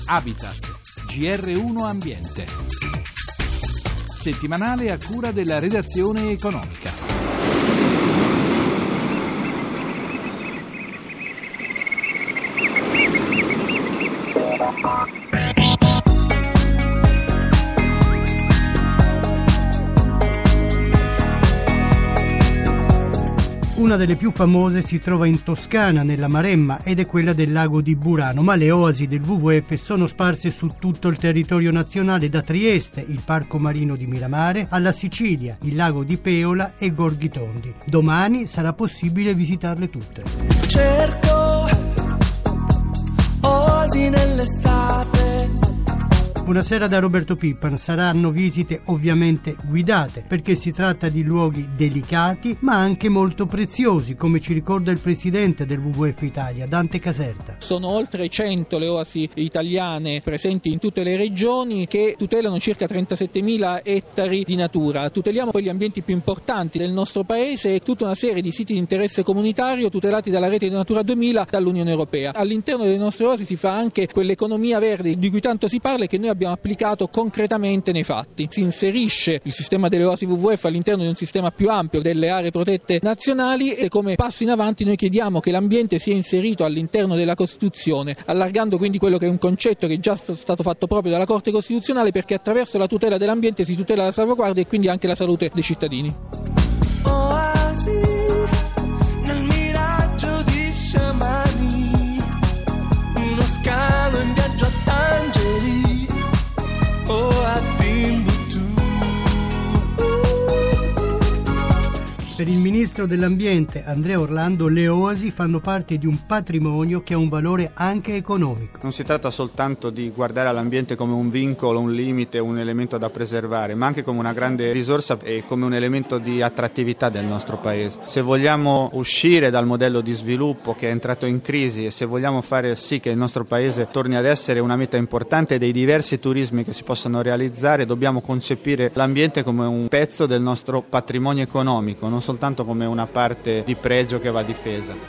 Habitat, GR1 Ambiente. Settimanale a cura della redazione economica. Una delle più famose si trova in Toscana, nella Maremma, ed è quella del lago di Burano, ma le oasi del WWF sono sparse su tutto il territorio nazionale, da Trieste, il Parco Marino di Miramare, alla Sicilia, il lago di Peola e Gorghitondi. Domani sarà possibile visitarle tutte. Cerco oasi nell'estate. Buonasera da Roberto Pippan. Saranno visite ovviamente guidate, perché si tratta di luoghi delicati ma anche molto preziosi, come ci ricorda il presidente del WWF Italia, Dante Caserta. Sono oltre 100 le oasi italiane presenti in tutte le regioni che tutelano circa 37.000 ettari di natura. Tuteliamo poi gli ambienti più importanti del nostro paese e tutta una serie di siti di interesse comunitario tutelati dalla rete di Natura 2000 dall'Unione Europea. All'interno delle nostre oasi si fa anche quell'economia verde di cui tanto si parla e che noi abbiamo applicato concretamente nei fatti. Si inserisce il sistema delle oasi WWF all'interno di un sistema più ampio delle aree protette nazionali e come passo in avanti noi chiediamo che l'ambiente sia inserito all'interno della Costituzione, allargando quindi quello che è un concetto che è già stato fatto proprio dalla Corte Costituzionale, perché attraverso la tutela dell'ambiente si tutela la salvaguardia e quindi anche la salute dei cittadini. Oasi nel miraggio di Sciamani, uno scalo in viaggio a Tangeri. Per il ministro dell'Ambiente Andrea Orlando, le oasi fanno parte di un patrimonio che ha un valore anche economico. Non si tratta soltanto di guardare all'ambiente come un vincolo, un limite, un elemento da preservare, ma anche come una grande risorsa e come un elemento di attrattività del nostro paese. Se vogliamo uscire dal modello di sviluppo che è entrato in crisi e se vogliamo fare sì che il nostro paese torni ad essere una meta importante dei diversi turismi che si possono realizzare, dobbiamo concepire l'ambiente come un pezzo del nostro patrimonio economico, non soltanto come una parte di pregio che va difesa.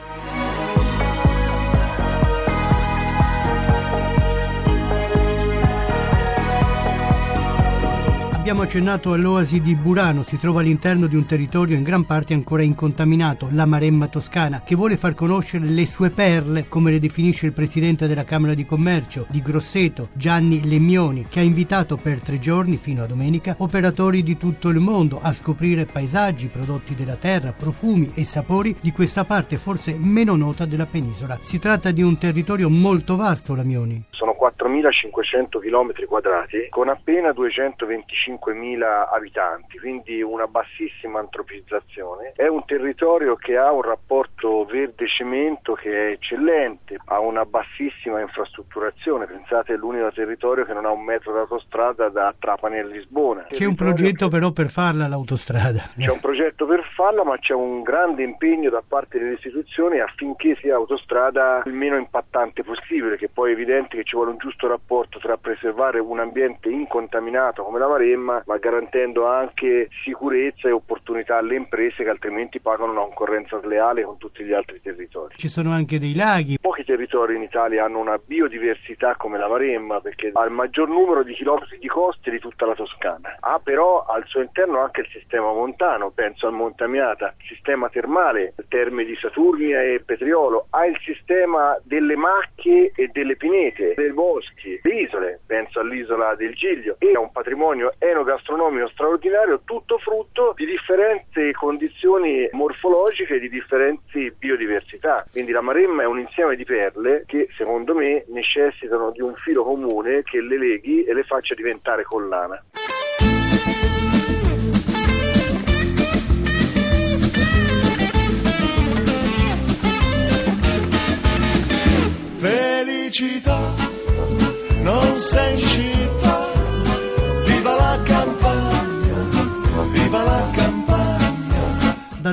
Abbiamo accennato all'oasi di Burano, si trova all'interno di un territorio in gran parte ancora incontaminato, la Maremma toscana, che vuole far conoscere le sue perle, come le definisce il presidente della Camera di Commercio di Grosseto, Gianni Lemmioni, che ha invitato per 3 giorni, fino a domenica, operatori di tutto il mondo a scoprire paesaggi, prodotti della terra, profumi e sapori di questa parte forse meno nota della penisola. Si tratta di un territorio molto vasto, Lemmioni. Sono 4.500 km quadrati con appena 225.000 abitanti, quindi una bassissima antropizzazione. È un territorio che ha un rapporto verde-cemento che è eccellente, ha una bassissima infrastrutturazione. Pensate, è l'unico territorio che non ha un metro d'autostrada da Trapani a Lisbona. C'è un progetto però per farla l'autostrada. C'è un progetto per farla, ma c'è un grande impegno da parte delle istituzioni affinché sia autostrada il meno impattante possibile, che poi è evidente che ci vuole un giusto rapporto tra preservare un ambiente incontaminato come la Maremma, ma garantendo anche sicurezza e opportunità alle imprese che altrimenti pagano una concorrenza sleale con tutti gli altri territori. Ci sono anche dei laghi. Pochi territori in Italia hanno una biodiversità come la Maremma, perché ha il maggior numero di chilometri di coste di tutta la Toscana. Ha però al suo interno anche il sistema montano, penso al Monte Amiata, il sistema termale, Terme di Saturnia e Petriolo, ha il sistema delle macchie e delle pinete, dei boschi, le isole, penso all'isola del Giglio, e ha un patrimonio enogastronomico straordinario, tutto frutto di differenti condizioni morfologiche e di differenti biodiversità. Quindi la Maremma è un insieme di perle che secondo me necessitano di un filo comune che le leghi e le faccia diventare collana. Felicità non sei in città. Viva la campagna, viva la campagna. Dal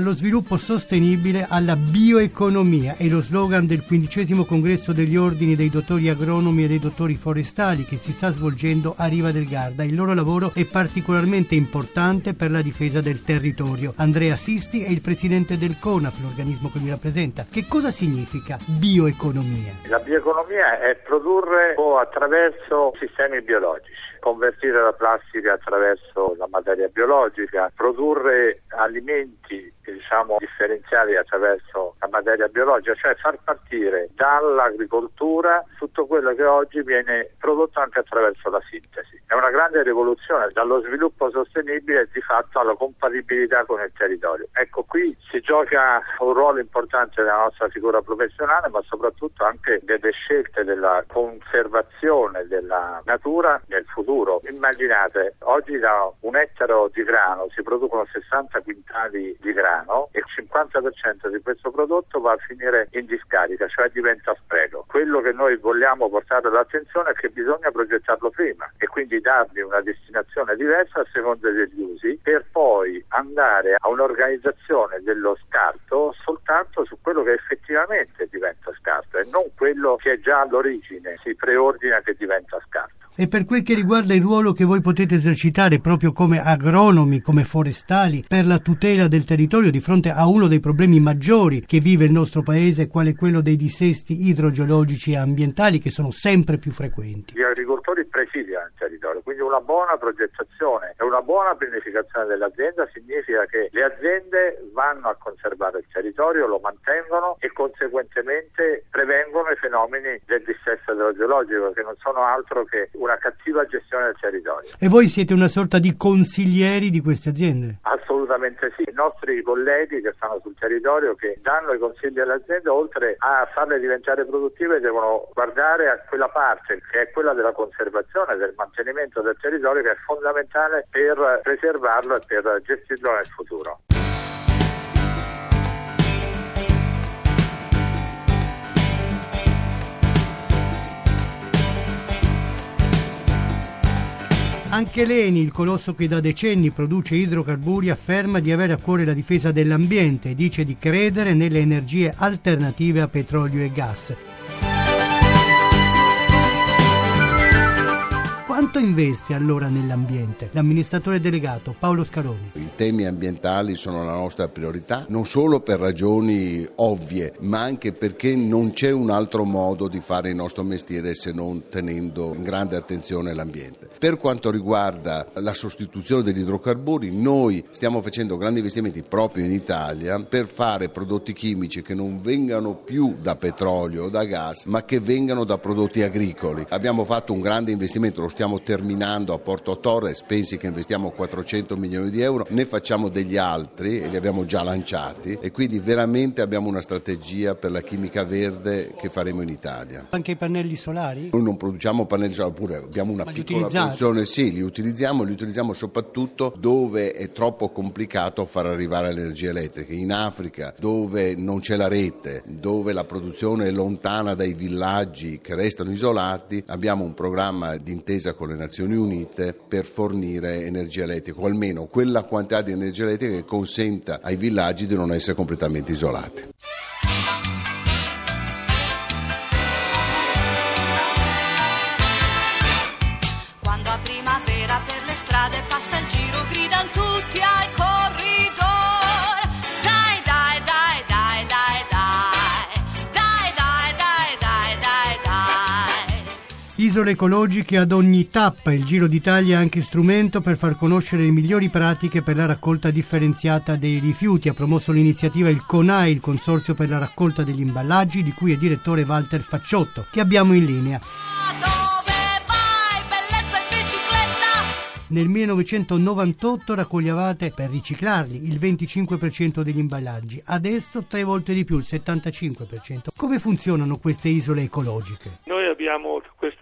dallo sviluppo sostenibile alla bioeconomia è lo slogan del 15° congresso degli ordini dei dottori agronomi e dei dottori forestali che si sta svolgendo a Riva del Garda. Il loro lavoro è particolarmente importante per la difesa del territorio. Andrea Sisti è il presidente del CONAF, l'organismo che mi rappresenta. Che cosa significa bioeconomia? La bioeconomia è produrre attraverso sistemi biologici, convertire la plastica attraverso la materia biologica, produrre alimenti differenziali attraverso la materia biologica, cioè far partire dall'agricoltura tutto quello che oggi viene prodotto anche attraverso la sintesi. È una grande rivoluzione dallo sviluppo sostenibile di fatto alla compatibilità con il territorio. Ecco, qui si gioca un ruolo importante della nostra figura professionale, ma soprattutto anche delle scelte della conservazione della natura nel futuro. Immaginate, oggi da un ettaro di grano si producono 60 quintali di grano e il 50% di questo prodotto va a finire in discarica, cioè diventa spreco. Quello che noi vogliamo portare all'attenzione è che bisogna progettarlo prima e quindi dargli una destinazione diversa a seconda degli usi, per poi andare a un'organizzazione dello scarto soltanto su quello che effettivamente diventa scarto e non quello che già all'origine si preordina che diventa scarto. E per quel che riguarda il ruolo che voi potete esercitare proprio come agronomi, come forestali, per la tutela del territorio di fronte a uno dei problemi maggiori che vive il nostro paese, quale quello dei dissesti idrogeologici e ambientali che sono sempre più frequenti. Gli agricoltori presidiano il territorio, quindi una buona progettazione e una buona pianificazione dell'azienda significa che le aziende vanno a conservare il territorio, lo mantengono e conseguentemente prevengono i fenomeni del dissesto idrogeologico, che non sono altro che una cattiva gestione del territorio. E voi siete una sorta di consiglieri di queste aziende? Assolutamente sì. I nostri colleghi che stanno sul territorio, che danno i consigli alle aziende, oltre a farle diventare produttive, devono guardare a quella parte che è quella della conservazione, del mantenimento del territorio, che è fondamentale per preservarlo e per gestirlo nel futuro. Anche l'ENI, il colosso che da decenni produce idrocarburi, afferma di avere a cuore la difesa dell'ambiente e dice di credere nelle energie alternative a petrolio e gas. Quanto investe allora nell'ambiente l'amministratore delegato Paolo Scaroni? I temi ambientali sono la nostra priorità, non solo per ragioni ovvie, ma anche perché non c'è un altro modo di fare il nostro mestiere se non tenendo in grande attenzione l'ambiente. Per quanto riguarda la sostituzione degli idrocarburi, noi stiamo facendo grandi investimenti proprio in Italia per fare prodotti chimici che non vengano più da petrolio o da gas, ma che vengano da prodotti agricoli. Abbiamo fatto un grande investimento, lo stiamo terminando a Porto Torres, pensi che investiamo 400 milioni di euro, ne facciamo degli altri e li abbiamo già lanciati e quindi veramente abbiamo una strategia per la chimica verde che faremo in Italia. Anche i pannelli solari? Noi non produciamo pannelli solari, oppure abbiamo una piccola produzione, sì, li utilizziamo soprattutto dove è troppo complicato far arrivare l'energia elettrica, in Africa dove non c'è la rete, dove la produzione è lontana dai villaggi che restano isolati, abbiamo un programma di intesa con le Nazioni Unite per fornire energia elettrica, o almeno quella quantità di energia elettrica che consenta ai villaggi di non essere completamente isolati. Quando a primavera per le strade passa il giro, gridano tutti ai corridor. Dai, dai, dai, dai, dai, dai, dai, dai, dai, dai, dai. Isole ecologiche ad ogni tappa, il Giro d'Italia è anche strumento per far conoscere le migliori pratiche per la raccolta differenziata dei rifiuti. Ha promosso l'iniziativa il CONAI, il Consorzio per la raccolta degli imballaggi, di cui è direttore Walter Facciotto, che abbiamo in linea. Nel 1998 raccoglievate, per riciclarli, il 25% degli imballaggi, adesso 3 volte di più, il 75%. Come funzionano queste isole ecologiche? Noi abbiamo questa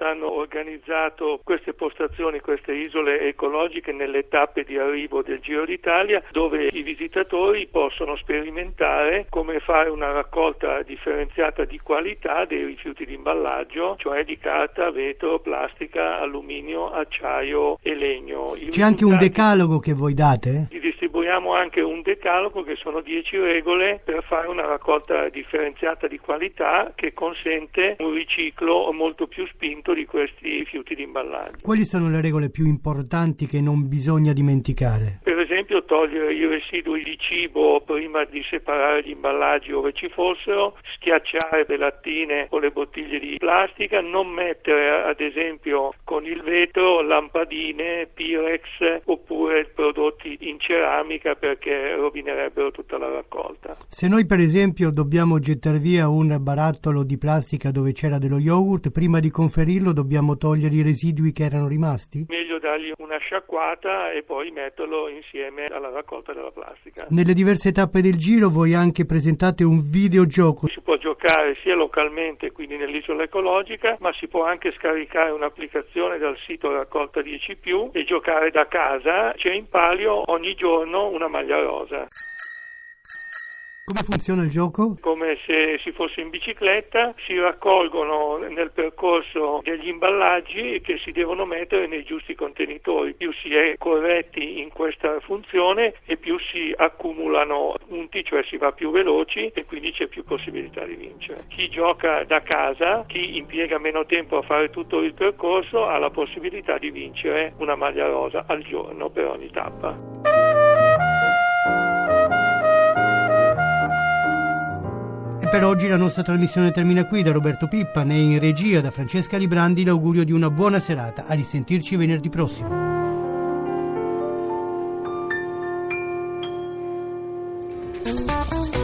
hanno organizzato queste postazioni, queste isole ecologiche nelle tappe di arrivo del Giro d'Italia, dove i visitatori possono sperimentare come fare una raccolta differenziata di qualità dei rifiuti di imballaggio, cioè di carta, vetro, plastica, alluminio, acciaio e legno. C'è anche un decalogo che voi date? Distribuiamo anche un decalogo che sono 10 regole per fare una raccolta differenziata di qualità che consente un riciclo molto più spinto di questi rifiuti di imballaggio. Quali sono le regole più importanti che non bisogna dimenticare? Per esempio togliere i residui di cibo prima di separare gli imballaggi ove ci fossero, schiacciare le lattine o le bottiglie di plastica, non mettere ad esempio con il vetro lampadine, Pirex oppure prodotti in ceramica perché rovinerebbero tutta la raccolta. Se noi per esempio dobbiamo gettare via un barattolo di plastica dove c'era dello yogurt, prima di conferirlo dobbiamo togliere i residui che erano rimasti? Meglio dargli una sciacquata e poi metterlo insieme alla raccolta della plastica. Nelle diverse tappe del giro voi anche presentate un videogioco. Si può giocare sia localmente, quindi nell'isola ecologica, ma si può anche scaricare un'applicazione dal sito Raccolta 10+, e giocare da casa. C'è in palio ogni giorno una maglia rosa. Come funziona il gioco? Come se si fosse in bicicletta, si raccolgono nel percorso degli imballaggi che si devono mettere nei giusti contenitori. Più si è corretti in questa funzione e più si accumulano punti, cioè si va più veloci e quindi c'è più possibilità di vincere. Chi gioca da casa, chi impiega meno tempo a fare tutto il percorso, ha la possibilità di vincere una maglia rosa al giorno per ogni tappa. Per oggi la nostra trasmissione termina qui. Da Roberto Pippan e in regia da Francesca Librandi l'augurio di una buona serata. A risentirci venerdì prossimo.